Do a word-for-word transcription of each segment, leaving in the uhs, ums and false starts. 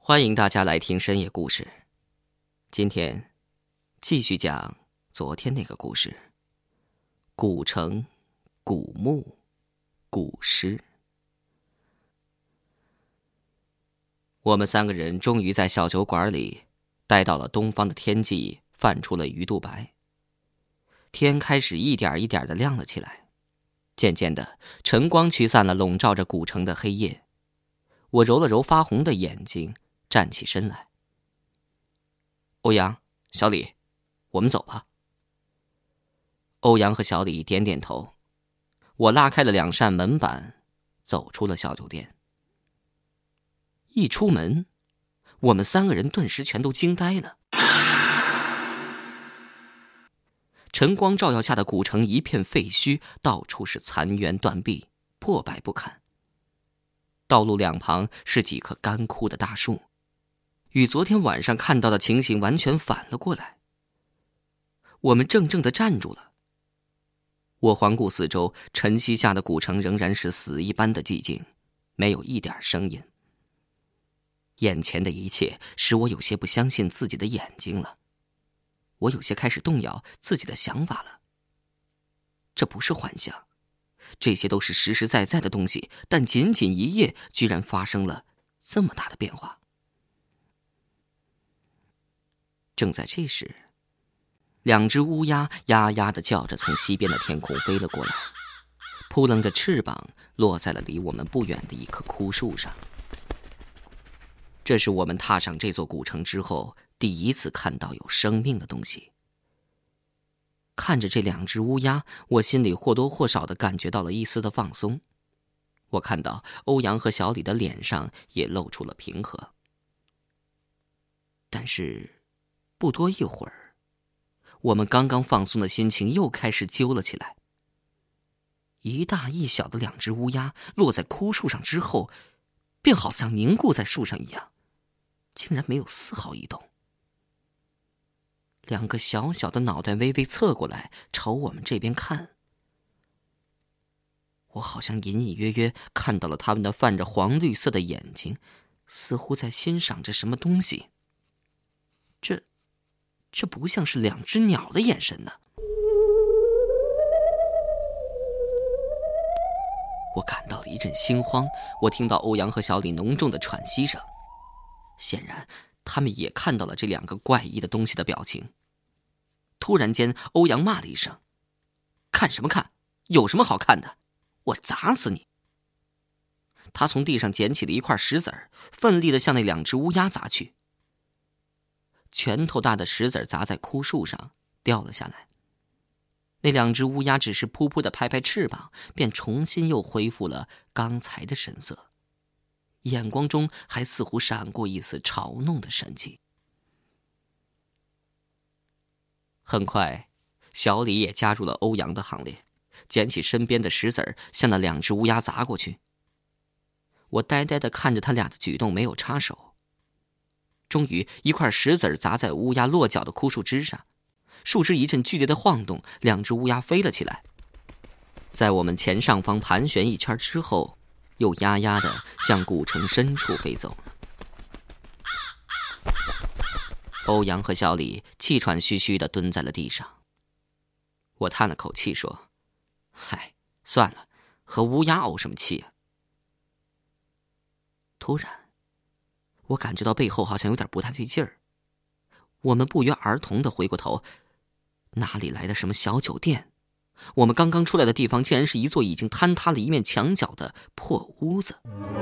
欢迎大家来听深夜故事。今天继续讲昨天那个故事，古城、古墓、古尸。我们三个人终于在小酒馆里待到了东方的天际泛出了鱼肚白，天开始一点一点的亮了起来，渐渐的晨光驱散了笼罩着古城的黑夜。我揉了揉发红的眼睛，站起身来。欧阳、小李，我们走吧。欧阳和小李点点头，我拉开了两扇门板，走出了小酒店。一出门，我们三个人顿时全都惊呆了。晨光照耀下的古城一片废墟，到处是残垣断壁，破败不堪。道路两旁是几棵干枯的大树，与昨天晚上看到的情形完全反了过来。我们怔怔地站住了。我环顾四周，晨曦下的古城仍然是死一般的寂静，没有一点声音。眼前的一切使我有些不相信自己的眼睛了，我有些开始动摇自己的想法了。这不是幻想，这些都是实实在在的东西，但仅仅一夜居然发生了这么大的变化。正在这时，两只乌鸦呀呀地叫着从西边的天空飞了过来，扑棱着翅膀落在了离我们不远的一棵枯树上。这是我们踏上这座古城之后第一次看到有生命的东西。看着这两只乌鸦，我心里或多或少地感觉到了一丝的放松。我看到欧阳和小李的脸上也露出了平和。但是不多一会儿，我们刚刚放松的心情又开始揪了起来。一大一小的两只乌鸦落在枯树上之后，便好像凝固在树上一样，竟然没有丝毫移动。两个小小的脑袋微微侧过来，朝我们这边看。我好像隐隐约约看到了他们那泛着黄绿色的眼睛，似乎在欣赏着什么东西。这，这不像是两只鸟的眼神呢。我感到了一阵心慌，我听到欧阳和小李浓重的喘息声，显然他们也看到了这两个怪异的东西的表情。突然间，欧阳骂了一声：“看什么看？有什么好看的？我砸死你！”他从地上捡起了一块石子儿，奋力地向那两只乌鸦砸去。拳头大的石子砸在枯树上，掉了下来。那两只乌鸦只是扑扑地拍拍翅膀，便重新又恢复了刚才的神色，眼光中还似乎闪过一丝嘲弄的神情。很快，小李也加入了欧阳的行列，捡起身边的石子儿向那两只乌鸦砸过去。我呆呆地看着他俩的举动，没有插手。终于，一块石子儿砸在乌鸦落脚的枯树枝上，树枝一阵剧烈的晃动，两只乌鸦飞了起来，在我们前上方盘旋一圈之后，又呀呀地向古城深处飞走了。欧阳和小李气喘吁吁地蹲在了地上。我叹了口气说：“嗨，算了，和乌鸦怄什么气啊？”突然，我感觉到背后好像有点不太对劲儿。我们不约而同地回过头，哪里来的什么小酒店？我们刚刚出来的地方竟然是一座已经坍塌了一面墙角的破屋子。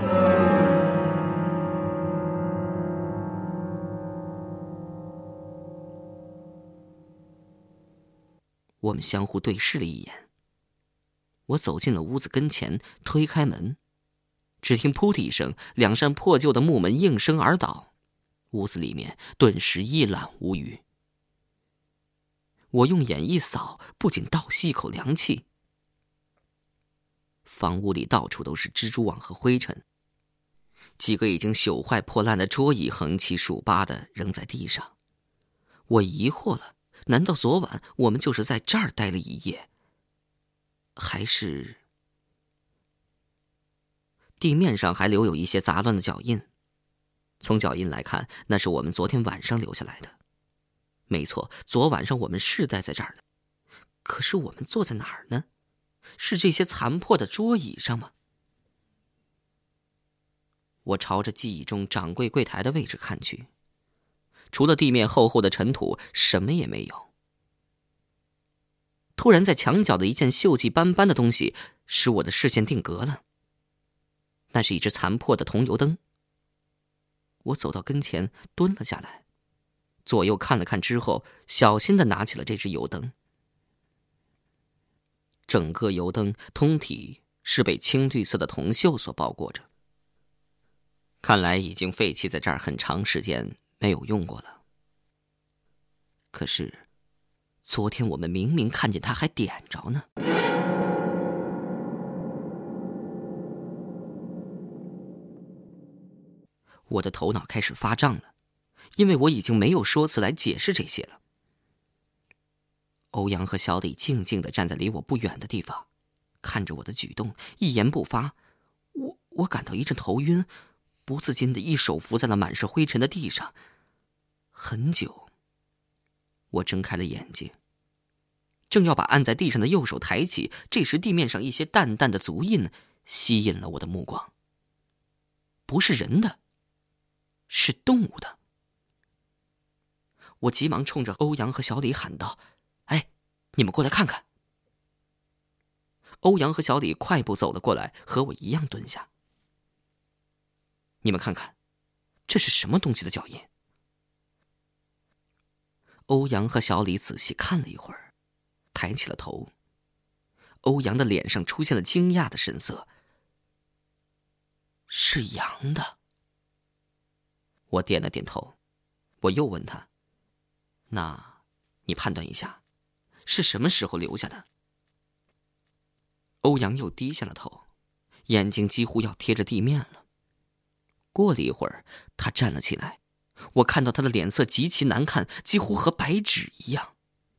我们相互对视了一眼。我走进了屋子跟前，推开门，只听扑的一声，两扇破旧的木门应声而倒，屋子里面顿时一览无余。我用眼一扫，不仅倒吸一口凉气。房屋里到处都是蜘蛛网和灰尘，几个已经朽坏破烂的桌椅横七竖八的扔在地上。我疑惑了，难道昨晚我们就是在这儿待了一夜？还是……地面上还留有一些杂乱的脚印， 从脚印来看，那是我们昨天晚上留下来的。没错，昨晚上我们是待在这儿的。可是我们坐在哪儿呢？是这些残破的桌椅上吗？我朝着记忆中掌柜柜台的位置看去，除了地面厚厚的尘土，什么也没有。突然在墙角的一件锈迹斑斑的东西使我的视线定格了。那是一只残破的铜油灯。我走到跟前蹲了下来，左右看了看之后，小心地拿起了这只油灯。整个油灯通体是被青绿色的铜锈所包裹着，看来已经废弃在这儿很长时间，没有用过了。可是昨天我们明明看见它还点着呢。我的头脑开始发胀了，因为我已经没有说辞来解释这些了。欧阳和小李静静地站在离我不远的地方，看着我的举动，一言不发。我我感到一阵头晕，不自禁地一手扶在了满是灰尘的地上。很久，我睁开了眼睛，正要把按在地上的右手抬起，这时地面上一些淡淡的足印吸引了我的目光。不是人的，是动物的。我急忙冲着欧阳和小李喊道：“哎，你们过来看看！”欧阳和小李快步走了过来，和我一样蹲下。你们看看，这是什么东西的脚印？欧阳和小李仔细看了一会儿，抬起了头。欧阳的脸上出现了惊讶的神色。是羊的。我点了点头，我又问他：“那你判断一下，是什么时候留下的？”欧阳又低下了头，眼睛几乎要贴着地面了。过了一会儿，他站了起来，我看到他的脸色极其难看，几乎和白纸一样。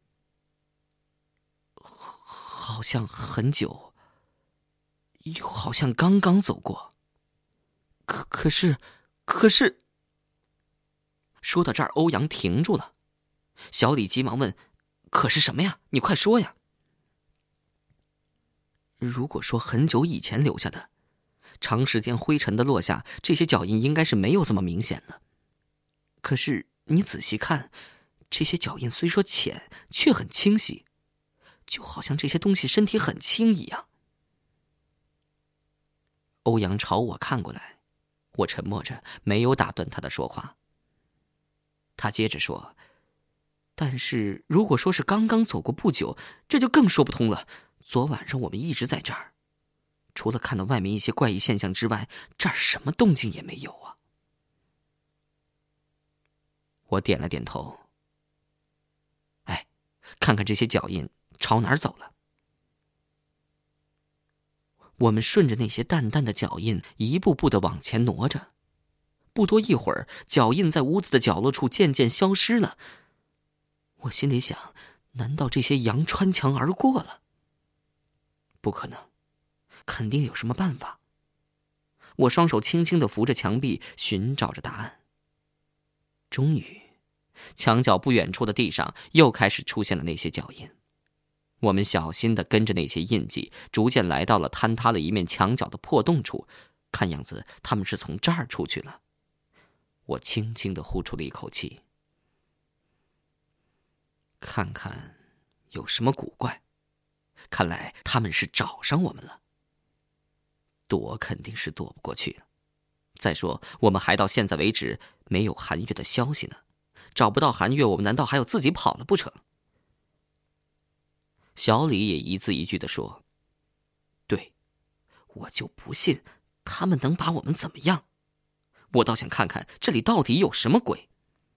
好像很久，又好像刚刚走过。可可是，可是……说到这儿，欧阳停住了。小李急忙问：“可是什么呀？你快说呀！”如果说很久以前留下的，长时间灰尘的落下，这些脚印应该是没有这么明显了。可是你仔细看，这些脚印虽说浅，却很清晰，就好像这些东西身体很轻一样。欧阳朝我看过来，我沉默着，没有打断他的说话。他接着说：“但是如果说是刚刚走过不久，这就更说不通了。昨晚上我们一直在这儿，除了看到外面一些怪异现象之外，这儿什么动静也没有啊。”我点了点头。哎，看看这些脚印朝哪儿走了？我们顺着那些淡淡的脚印一步步地往前挪着。不多一会儿，脚印在屋子的角落处渐渐消失了。我心里想，难道这些羊穿墙而过了？不可能，肯定有什么办法。我双手轻轻地扶着墙壁，寻找着答案。终于，墙角不远处的地上又开始出现了那些脚印。我们小心地跟着那些印记，逐渐来到了坍塌了一面墙角的破洞处。看样子他们是从这儿出去了。我轻轻地呼出了一口气。看看有什么古怪，看来他们是找上我们了。躲肯定是躲不过去了。再说我们还到现在为止没有韩月的消息呢，找不到韩月，我们难道还要自己跑了不成？小李也一字一句地说：“对，我就不信他们能把我们怎么样。我倒想看看这里到底有什么鬼。”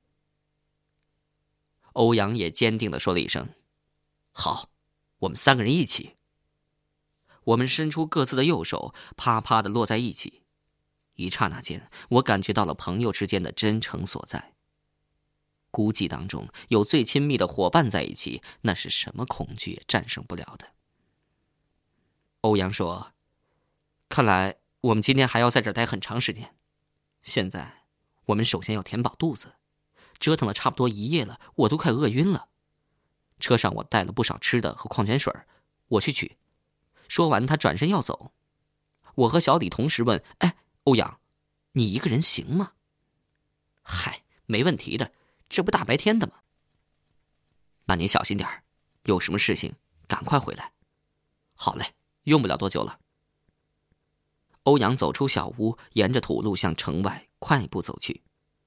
欧阳也坚定地说了一声：“好，我们三个人一起。”我们伸出各自的右手，啪啪地落在一起。一刹那间，我感觉到了朋友之间的真诚所在。孤寂当中有最亲密的伙伴在一起，那是什么恐惧也战胜不了的。欧阳说：“看来我们今天还要在这儿待很长时间。现在我们首先要填饱肚子，折腾了差不多一夜了，我都快饿晕了。车上我带了不少吃的和矿泉水，我去取。说完他转身要走，我和小李同时问：哎，欧阳，你一个人行吗？嗨，没问题的，这不大白天的吗？那你小心点，有什么事情赶快回来。好嘞，用不了多久了。欧阳走出小屋，沿着土路向城外快步走去。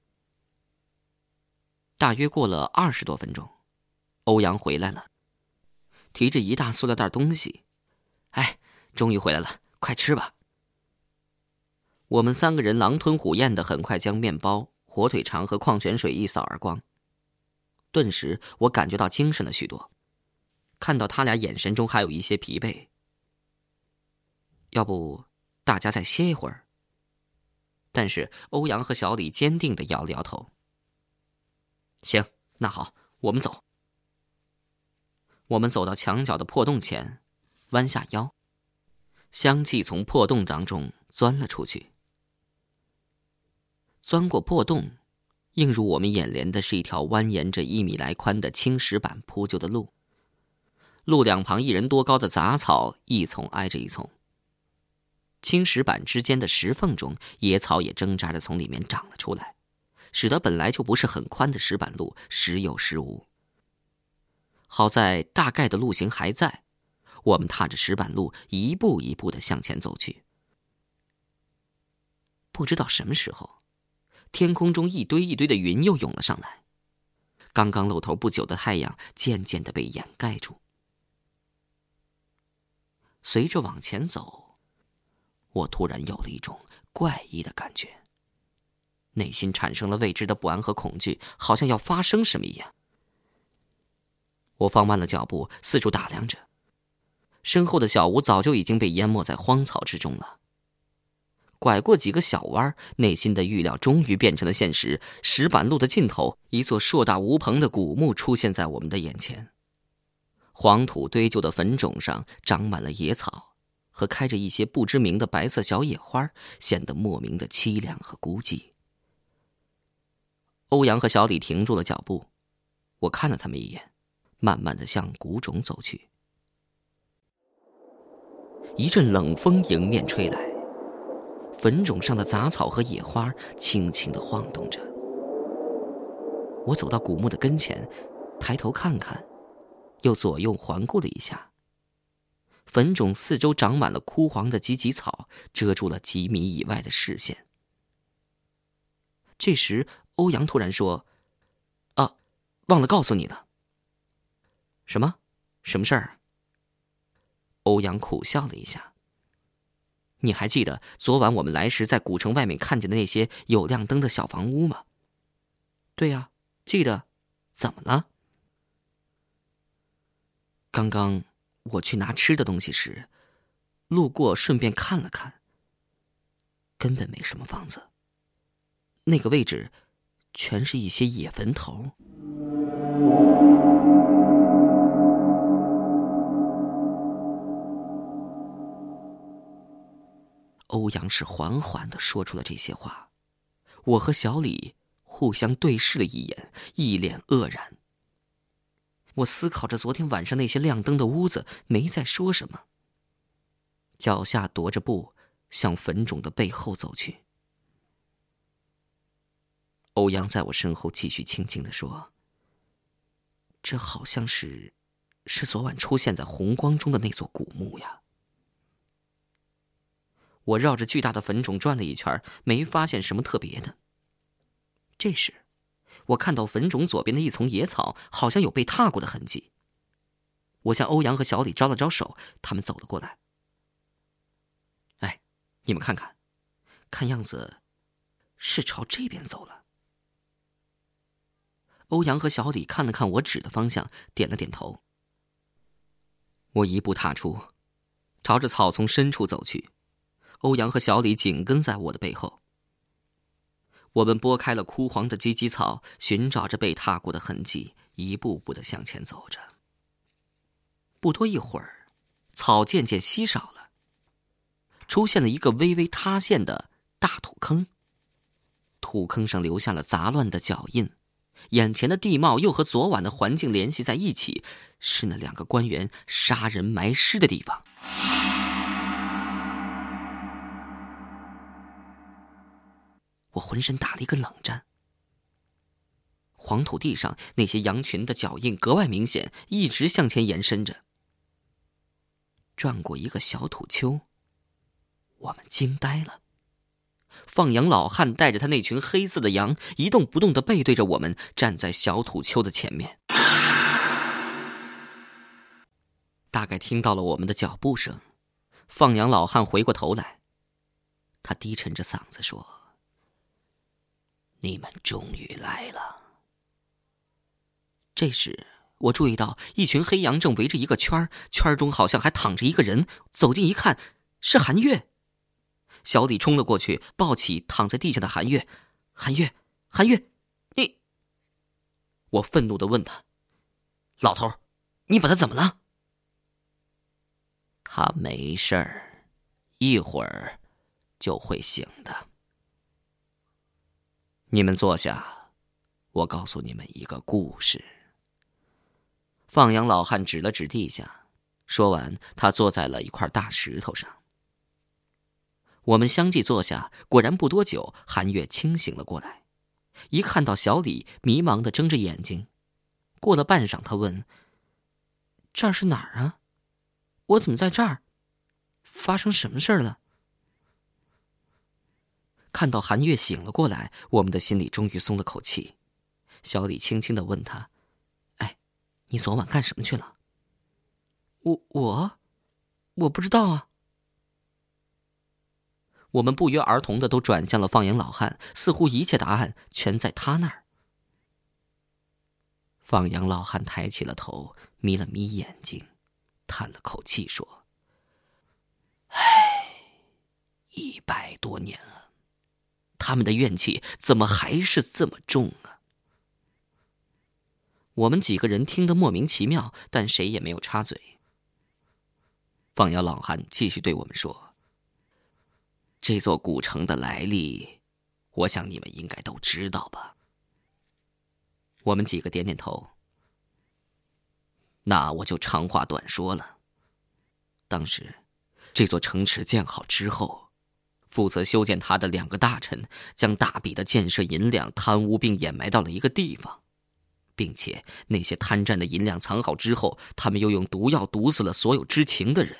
大约过了二十多分钟，欧阳回来了，提着一大塑料袋东西。哎，终于回来了，快吃吧。我们三个人狼吞虎咽的很快将面包、火腿肠和矿泉水一扫而光。顿时我感觉到精神了许多，看到他俩眼神中还有一些疲惫。要不大家再歇一会儿？但是欧阳和小李坚定地摇了摇头。行，那好，我们走。我们走到墙角的破洞前，弯下腰，相继从破洞当中钻了出去。钻过破洞，映入我们眼帘的是一条蜿蜒着一米来宽的青石板铺就的路，路两旁一人多高的杂草一丛挨着一丛。青石板之间的石缝中，野草也挣扎着从里面长了出来，使得本来就不是很宽的石板路时有时无。好在大概的路型还在，我们踏着石板路一步一步地向前走去。不知道什么时候，天空中一堆一堆的云又涌了上来，刚刚露头不久的太阳渐渐地被掩盖住。随着往前走，我突然有了一种怪异的感觉，内心产生了未知的不安和恐惧，好像要发生什么一样。我放慢了脚步，四处打量着，身后的小屋早就已经被淹没在荒草之中了。拐过几个小弯，内心的预料终于变成了现实。石板路的尽头，一座硕大无朋的古墓出现在我们的眼前。黄土堆就的坟冢上长满了野草，和开着一些不知名的白色小野花，显得莫名的凄凉和孤寂。欧阳和小李停住了脚步，我看了他们一眼，慢慢地向古冢走去。一阵冷风迎面吹来，坟冢上的杂草和野花轻轻地晃动着。我走到古墓的跟前，抬头看看，又左右环顾了一下。坟冢四周长满了枯黄的芨芨草，遮住了几米以外的视线。这时欧阳突然说：啊，忘了告诉你了。什么？什么事儿？欧阳苦笑了一下。你还记得昨晚我们来时在古城外面看见的那些有亮灯的小房屋吗？对呀，记得。怎么了？刚刚我去拿吃的东西时，路过顺便看了看，根本没什么房子。那个位置全是一些野坟头。欧阳是缓缓地说出了这些话，我和小李互相对视了一眼，一脸愕然。我思考着昨天晚上那些亮灯的屋子，没再说什么，脚下踱着步向坟冢的背后走去。欧阳在我身后继续轻轻地说：这好像是是昨晚出现在红光中的那座古墓呀。我绕着巨大的坟冢转了一圈，没发现什么特别的。这时我看到坟冢左边的一丛野草好像有被踏过的痕迹。我向欧阳和小李招了招手，他们走了过来。哎，你们看看，看样子是朝这边走了。欧阳和小李看了看我指的方向，点了点头。我一步踏出，朝着草丛深处走去，欧阳和小李紧跟在我的背后。我们拨开了枯黄的芨芨草，寻找着被踏过的痕迹，一步步地向前走着。不多一会儿，草渐渐稀少了，出现了一个微微塌陷的大土坑。 土坑上留下了杂乱的脚印，眼前的地貌又和昨晚的环境联系在一起，是那两个官员杀人埋尸的地方。我浑身打了一个冷战。黄土地上那些羊群的脚印格外明显，一直向前延伸着。转过一个小土丘，我们惊呆了。放羊老汉带着他那群黑色的羊，一动不动地背对着我们，站在小土丘的前面。大概听到了我们的脚步声，放羊老汉回过头来，他低沉着嗓子说：“你们终于来了。”这时我注意到一群黑羊正围着一个圈，圈中好像还躺着一个人，走近一看，是韩月。小李冲了过去，抱起躺在地上的韩月。韩月，韩月，你……我愤怒地问他：“老头，你把他怎么了？”他没事儿，一会儿就会醒的。你们坐下，我告诉你们一个故事。放羊老汉指了指地下，说完，他坐在了一块大石头上。我们相继坐下，果然不多久，韩月清醒了过来。一看到小李，迷茫地睁着眼睛。过了半晌，他问：“这儿是哪儿啊？我怎么在这儿？发生什么事儿了？”看到韩月醒了过来，我们的心里终于松了口气。小李轻轻地问他：“哎，你昨晚干什么去了？”我我我不知道啊。我们不约而同的都转向了放羊老汉，似乎一切答案全在他那儿。放羊老汉抬起了头，眯了眯眼睛，叹了口气说：“唉，一百多年了，他们的怨气怎么还是这么重啊？”我们几个人听得莫名其妙，但谁也没有插嘴。放羊老汉继续对我们说：“这座古城的来历，我想你们应该都知道吧？”我们几个点点头。那我就长话短说了。当时，这座城池建好之后，负责修建它的两个大臣将大笔的建设银两贪污并掩埋到了一个地方，并且那些贪占的银两藏好之后，他们又用毒药毒死了所有知情的人。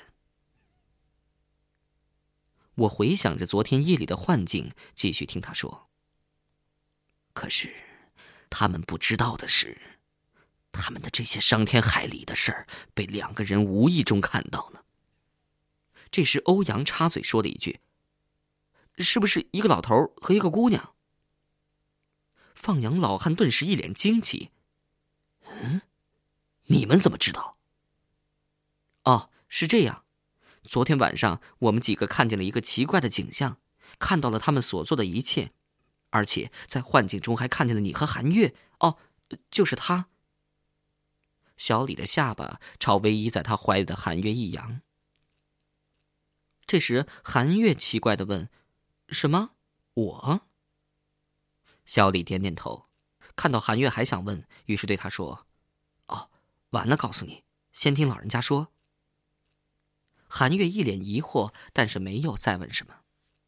我回想着昨天夜里的幻境，继续听他说。可是，他们不知道的是，他们的这些伤天害理的事儿被两个人无意中看到了。这时，欧阳插嘴说了一句：“是不是一个老头和一个姑娘？”放羊老汉顿时一脸惊奇：“嗯，你们怎么知道？”哦，是这样。昨天晚上，我们几个看见了一个奇怪的景象，看到了他们所做的一切，而且在幻境中还看见了你和韩月。哦，就是他。小李的下巴朝偎依在他怀里的韩月一扬。这时，韩月奇怪地问：“什么？我？”小李点点头，看到韩月还想问，于是对他说：“哦，完了，告诉你，先听老人家说。”韩月一脸疑惑，但是没有再问什么。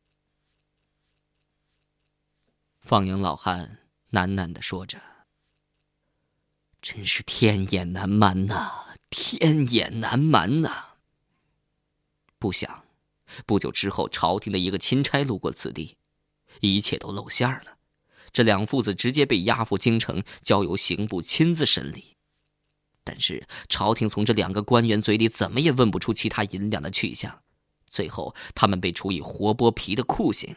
放羊老汉喃喃地说着：“真是天眼难瞒呐，天眼难瞒呐。”不想，不久之后，朝廷的一个钦差路过此地，一切都露馅了。这两父子直接被押赴京城，交由刑部亲自审理。但是朝廷从这两个官员嘴里怎么也问不出其他银两的去向，最后他们被处以活剥皮的酷刑。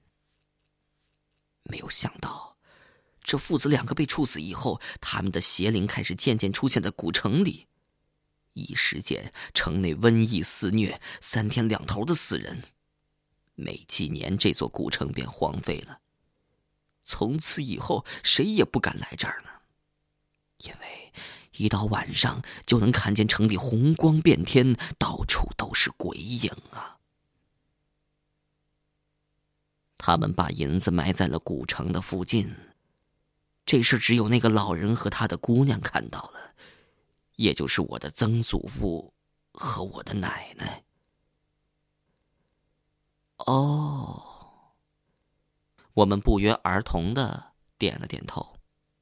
没有想到，这父子两个被处死以后，他们的邪灵开始渐渐出现在古城里，一时间城内瘟疫肆虐，三天两头的死人。没几年，这座古城便荒废了，从此以后谁也不敢来这儿了，因为一到晚上就能看见城里红光遍天，到处都是鬼影啊。 他们把银子埋在了古城的附近，这事只有那个老人和他的姑娘看到了，也就是我的曾祖父和我的奶奶。哦，我们不约而同的点了点头。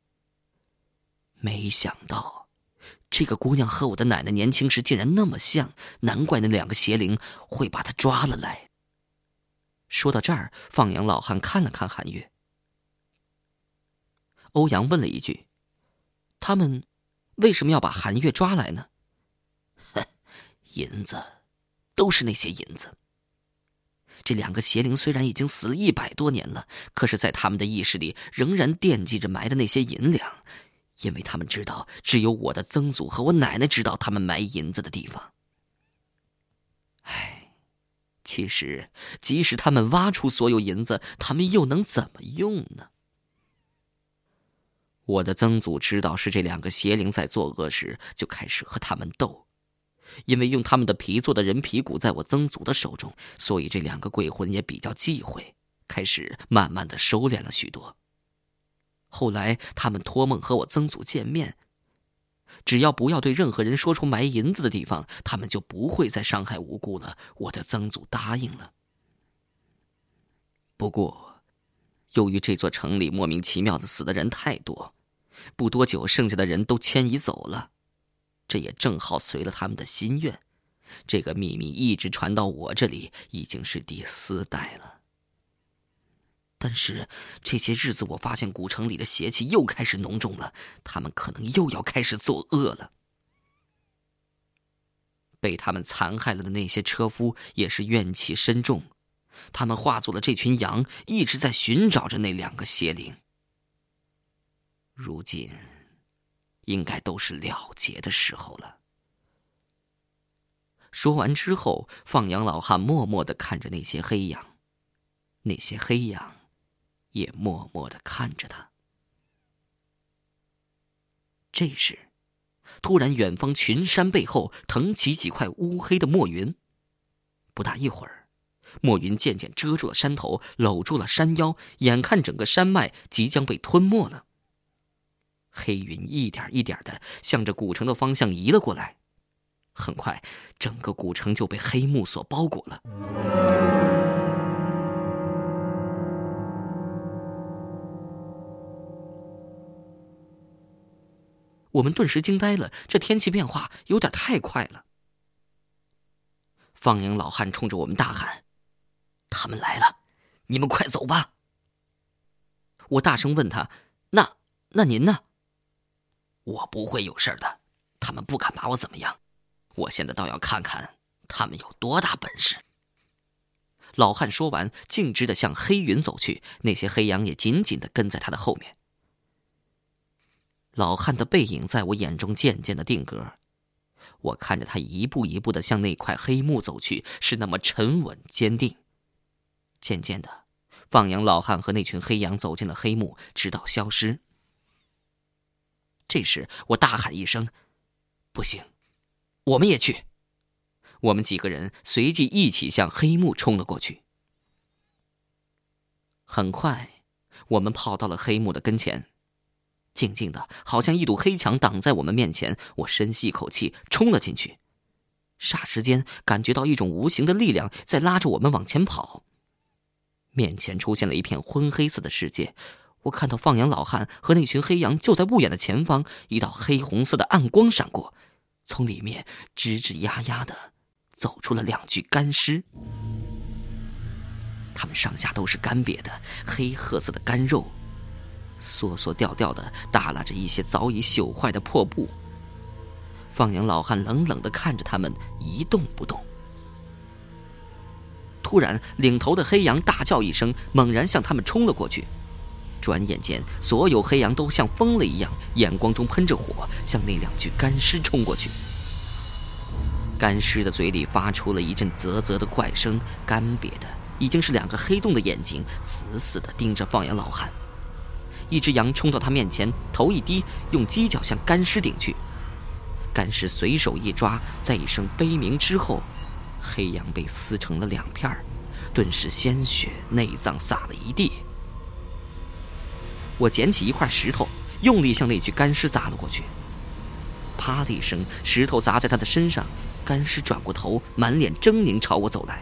没想到这个姑娘和我的奶奶年轻时竟然那么像，难怪那两个邪灵会把她抓了来。说到这儿，放羊老汉看了看韩月。欧阳问了一句：他们为什么要把韩月抓来呢？哼，银子，都是那些银子。这两个邪灵虽然已经死了一百多年了，可是在他们的意识里仍然惦记着埋的那些银两，因为他们知道只有我的曾祖和我奶奶知道他们埋银子的地方。唉，其实即使他们挖出所有银子，他们又能怎么用呢？我的曾祖知道是这两个邪灵在作恶时，就开始和他们斗。因为用他们的皮做的人皮骨在我曾祖的手中，所以这两个鬼魂也比较忌讳，开始慢慢的收敛了许多。后来他们托梦和我曾祖见面，只要不要对任何人说出埋银子的地方，他们就不会再伤害无辜了。我的曾祖答应了。不过由于这座城里莫名其妙的死的人太多，不多久剩下的人都迁移走了，这也正好随了他们的心愿。这个秘密一直传到我这里，已经是第四代了。但是这些日子我发现古城里的邪气又开始浓重了，他们可能又要开始作恶了。被他们残害了的那些车夫也是怨气深重，他们化作了这群羊，一直在寻找着那两个邪灵。如今应该都是了结的时候了。说完之后，放羊老汉默默地看着那些黑羊，那些黑羊也默默地看着他。这时突然远方群山背后腾起几块乌黑的墨云，不大一会儿，墨云渐渐遮住了山头，搂住了山腰，眼看整个山脉即将被吞没了。黑云一点一点地向着古城的方向移了过来，很快整个古城就被黑幕所包裹了。我们顿时惊呆了，这天气变化有点太快了。放羊老汉冲着我们大喊：他们来了，你们快走吧。我大声问他：那那您呢？我不会有事的，他们不敢把我怎么样。我现在倒要看看他们有多大本事。老汉说完，径直地向黑云走去，那些黑羊也紧紧地跟在他的后面。老汉的背影在我眼中渐渐地定格，我看着他一步一步地向那块黑幕走去，是那么沉稳坚定。渐渐的，放羊老汉和那群黑羊走进了黑幕，直到消失。这时我大喊一声：不行，我们也去。我们几个人随即一起向黑幕冲了过去。很快我们跑到了黑幕的跟前，静静的好像一堵黑墙挡在我们面前。我深吸一口气冲了进去，霎时间感觉到一种无形的力量在拉着我们往前跑。面前出现了一片昏黑色的世界，我看到放羊老汉和那群黑羊就在不远的前方，一道黑红色的暗光闪过，从里面吱吱呀呀的走出了两具干尸。他们上下都是干瘪的黑褐色的干肉，缩缩掉掉的耷拉着一些早已朽坏的破布。放羊老汉冷冷地看着他们，一动不动。突然领头的黑羊大叫一声，猛然向他们冲了过去。转眼间所有黑羊都像疯了一样，眼光中喷着火，向那两具干尸冲过去。干尸的嘴里发出了一阵啧啧的怪声，干瘪的已经是两个黑洞的眼睛死死地盯着放羊老汉。一只羊冲到他面前，头一低，用犄角向干尸顶去。干尸随手一抓，在一声悲鸣之后，黑羊被撕成了两片， 顿时鲜血内脏洒了一地。我捡起一块石头，用力向那具干尸砸了过去。啪的一声，石头砸在他的身上，干尸转过头，满脸狰狞朝我走来。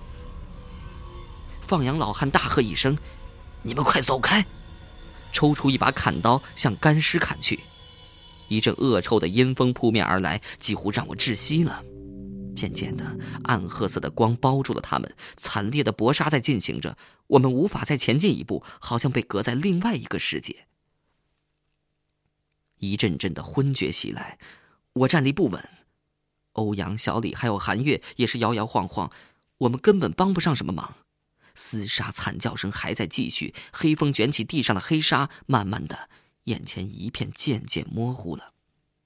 放羊老汉大喝一声：“你们快走开！”抽出一把砍刀向干尸砍去。一阵恶臭的阴风扑面而来，几乎让我窒息了。渐渐的，暗褐色的光包住了他们，惨烈的搏杀在进行着，我们无法再前进一步，好像被隔在另外一个世界。一阵阵的昏厥袭来，我站立不稳，欧阳、小李还有韩月也是摇摇晃晃，我们根本帮不上什么忙。厮杀惨叫声还在继续，黑风卷起地上的黑沙，慢慢的，眼前一片渐渐模糊了。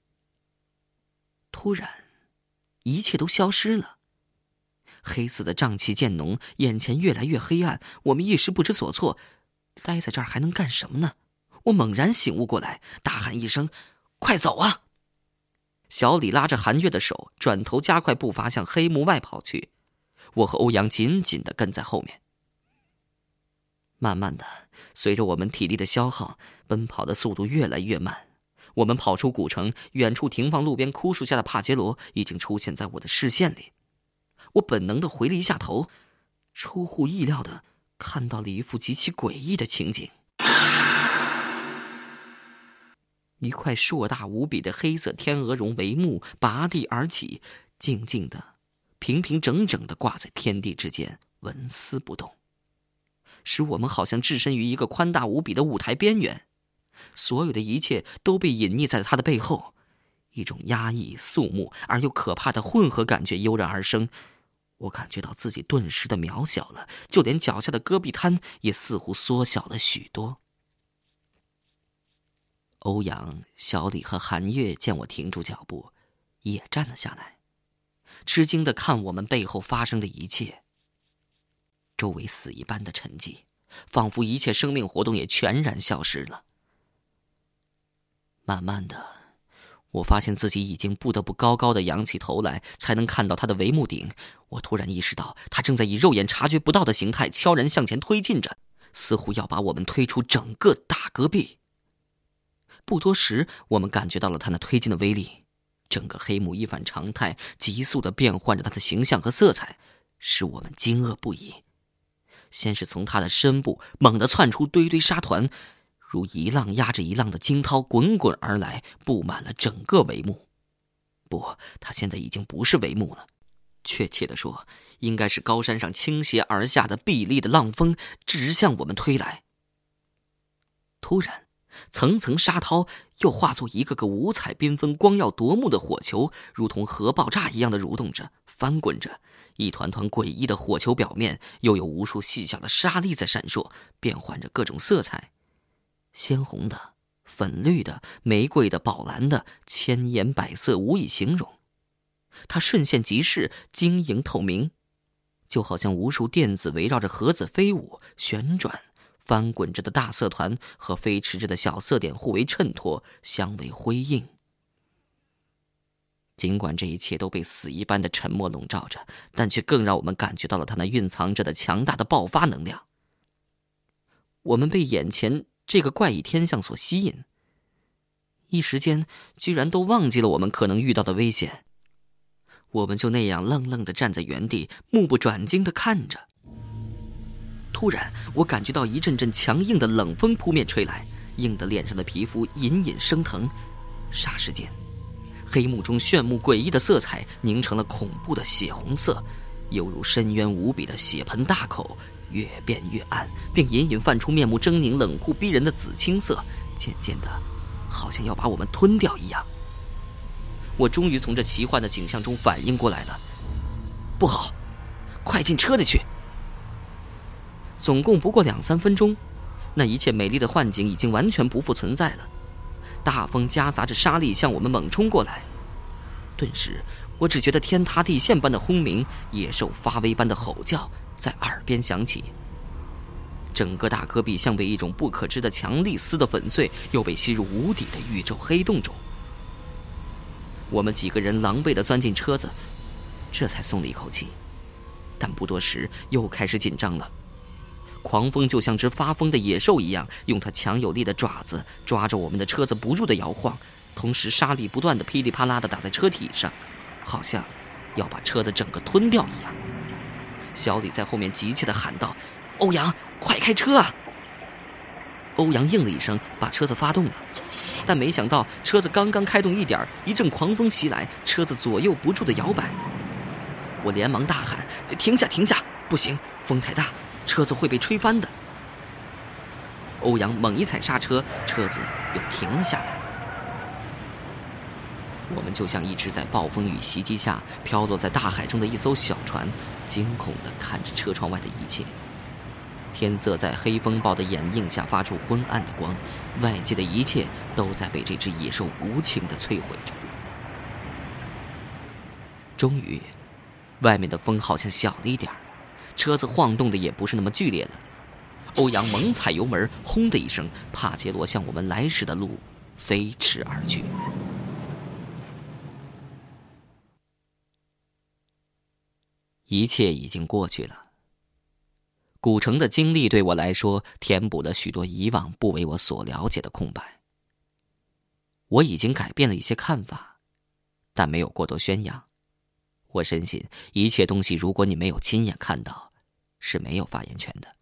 突然，一切都消失了，黑色的瘴气渐浓，眼前越来越黑暗，我们一时不知所措，待在这儿还能干什么呢？我猛然醒悟过来，大喊一声：“快走啊！”小李拉着韩月的手，转头加快步伐向黑幕外跑去，我和欧阳紧紧地跟在后面。慢慢的，随着我们体力的消耗，奔跑的速度越来越慢。我们跑出古城，远处停放路边枯树下的帕杰罗已经出现在我的视线里。我本能地回了一下头，出乎意料地看到了一幅极其诡异的情景。一块硕大无比的黑色天鹅绒帷幕拔地而起，静静地、平平整整地挂在天地之间，纹丝不动，使我们好像置身于一个宽大无比的舞台边缘。所有的一切都被隐匿在它的背后，一种压抑、肃穆而又可怕的混合感觉油然而生。我感觉到自己顿时的渺小了，就连脚下的戈壁滩也似乎缩小了许多。欧阳、小李和韩月见我停住脚步，也站了下来，吃惊地看我们背后发生的一切。周围死一般的沉寂，仿佛一切生命活动也全然消失了。慢慢的，我发现自己已经不得不高高的仰起头来，才能看到他的帷幕顶。我突然意识到，他正在以肉眼察觉不到的形态悄然向前推进着，似乎要把我们推出整个大戈壁。不多时，我们感觉到了他那推进的威力，整个黑幕一反常态，急速地变换着他的形象和色彩，使我们惊愕不已。先是从他的身部猛地窜出堆堆沙团，如一浪压着一浪的惊涛滚滚而来，布满了整个帷幕。不，它现在已经不是帷幕了，确切地说，应该是高山上倾斜而下的壁立的浪峰，直向我们推来。突然，层层沙涛又化作一个个五彩缤纷、光耀夺目的火球，如同核爆炸一样的蠕动着、翻滚着。一团团诡异的火球表面，又有无数细小的沙粒在闪烁，变换着各种色彩。鲜红的、粉绿的、玫瑰的、宝蓝的，千颜百色，无以形容。它瞬现即逝，晶莹透明，就好像无数电子围绕着盒子飞舞、旋转、翻滚着的大色团和飞驰着的小色点互为衬托，相为辉映。尽管这一切都被死一般的沉默笼罩着，但却更让我们感觉到了它那蕴藏着的强大的爆发能量。我们被眼前这个怪异天象所吸引，一时间居然都忘记了我们可能遇到的危险。我们就那样愣愣地站在原地，目不转睛地看着。突然，我感觉到一阵阵强硬的冷风扑面吹来，硬得脸上的皮肤隐隐生疼。霎时间，黑幕中炫目诡异的色彩凝成了恐怖的血红色，犹如深渊无比的血盆大口，越变越暗，并隐隐泛出面目狰狞、冷酷逼人的紫青色，渐渐的，好像要把我们吞掉一样。我终于从这奇幻的景象中反应过来了，不好，快进车里去！总共不过两三分钟，那一切美丽的幻景已经完全不复存在了。大风夹杂着沙粒向我们猛冲过来，顿时我只觉得天塌地陷般的轰鸣，野兽发威般的吼叫在耳边响起。整个大戈壁像被一种不可知的强力撕得粉碎，又被吸入无底的宇宙黑洞中。我们几个人狼狈地钻进车子，这才松了一口气。 但不多时又开始紧张了。狂风就像只发疯的野兽一样，用它强有力的爪子抓着我们的车子不住地摇晃，同时沙粒不断地噼里啪啦地打在车体上，好像要把车子整个吞掉一样。小李在后面急切地喊道：“欧阳，快开车啊！”欧阳应了一声，把车子发动了。但没想到车子刚刚开动一点，一阵狂风袭来，车子左右不住地摇摆。我连忙大喊：“停下停下，不行，风太大，车子会被吹翻的。”欧阳猛一踩刹车，车子又停了下来。我们就像一只在暴风雨袭击下飘落在大海中的一艘小船，惊恐地看着车窗外的一切。天色在黑风暴的掩映下发出昏暗的光，外界的一切都在被这只野兽无情地摧毁着。终于，外面的风好像小了一点，车子晃动的也不是那么剧烈了。欧阳猛踩油门，轰的一声，帕杰罗向我们来时的路飞驰而去。一切已经过去了。古城的经历对我来说填补了许多以往不为我所了解的空白。我已经改变了一些看法，但没有过多宣扬。我深信一切东西如果你没有亲眼看到，是没有发言权的。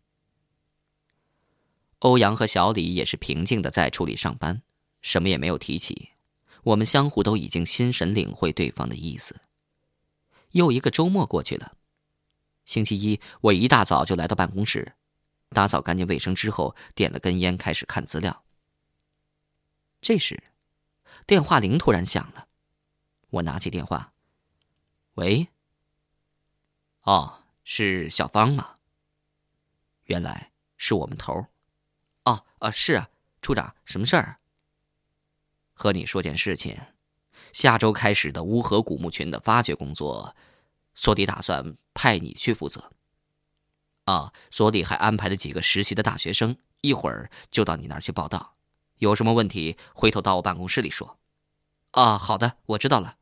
欧阳和小李也是平静地在处理上班，什么也没有提起。我们相互都已经心神领会对方的意思。又一个周末过去了。星期一，我一大早就来到办公室，打扫干净卫生之后，点了根烟，开始看资料。这时，电话铃突然响了。我拿起电话：“喂？哦，是小芳吗？原来是我们头。哦，啊，是啊，处长，什么事儿？和你说件事情，下周开始的乌河古墓群的发掘工作，所里打算派你去负责。啊，所里还安排了几个实习的大学生，一会儿就到你那儿去报道。有什么问题，回头到我办公室里说。啊，好的，我知道了。”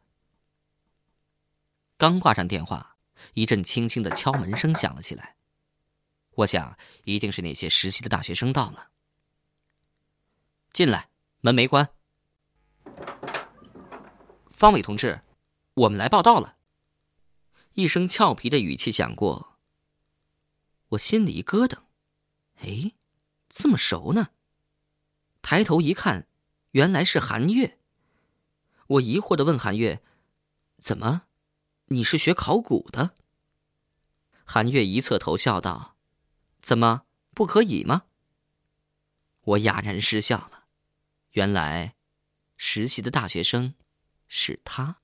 刚挂上电话，一阵轻轻的敲门声响了起来。我想，一定是那些实习的大学生到了。进来，门没关。方伟同志，我们来报道了。一声俏皮的语气响过，我心里一咯噔，哎，这么熟呢？抬头一看，原来是韩月。我疑惑地问韩月：“怎么，你是学考古的？”韩月一侧头笑道：“怎么，不可以吗？”我哑然失笑了，原来实习的大学生是他。